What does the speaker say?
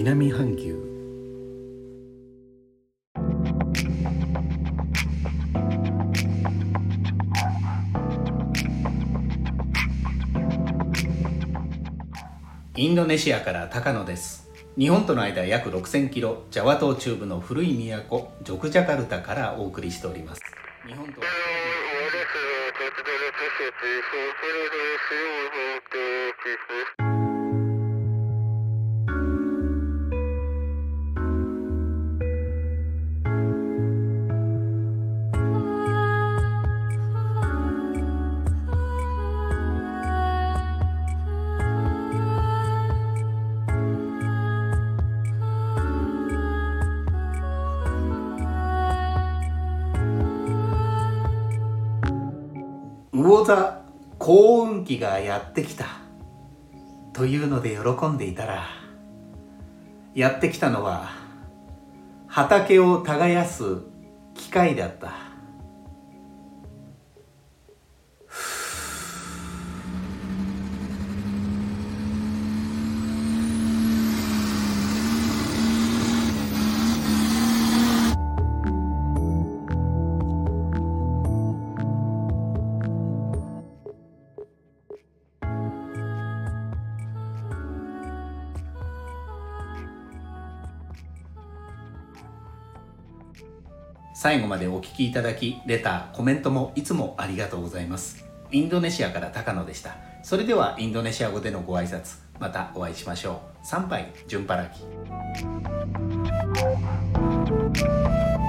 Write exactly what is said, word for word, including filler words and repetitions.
南半球。インドネシアから高野です。日本との間約ろくせんキロ、ジャワ島中部の古い都ジョクジャカルタからお送りしております。日本とは魚座幸運期がやってきたというので喜んでいたら、やってきたのは畑を耕す機械だった。最後までお聞きいただき、レター、コメントもいつもありがとうございます。インドネシアから高野でした。それではインドネシア語でのご挨拶、またお会いしましょう。参拝、順パラキ。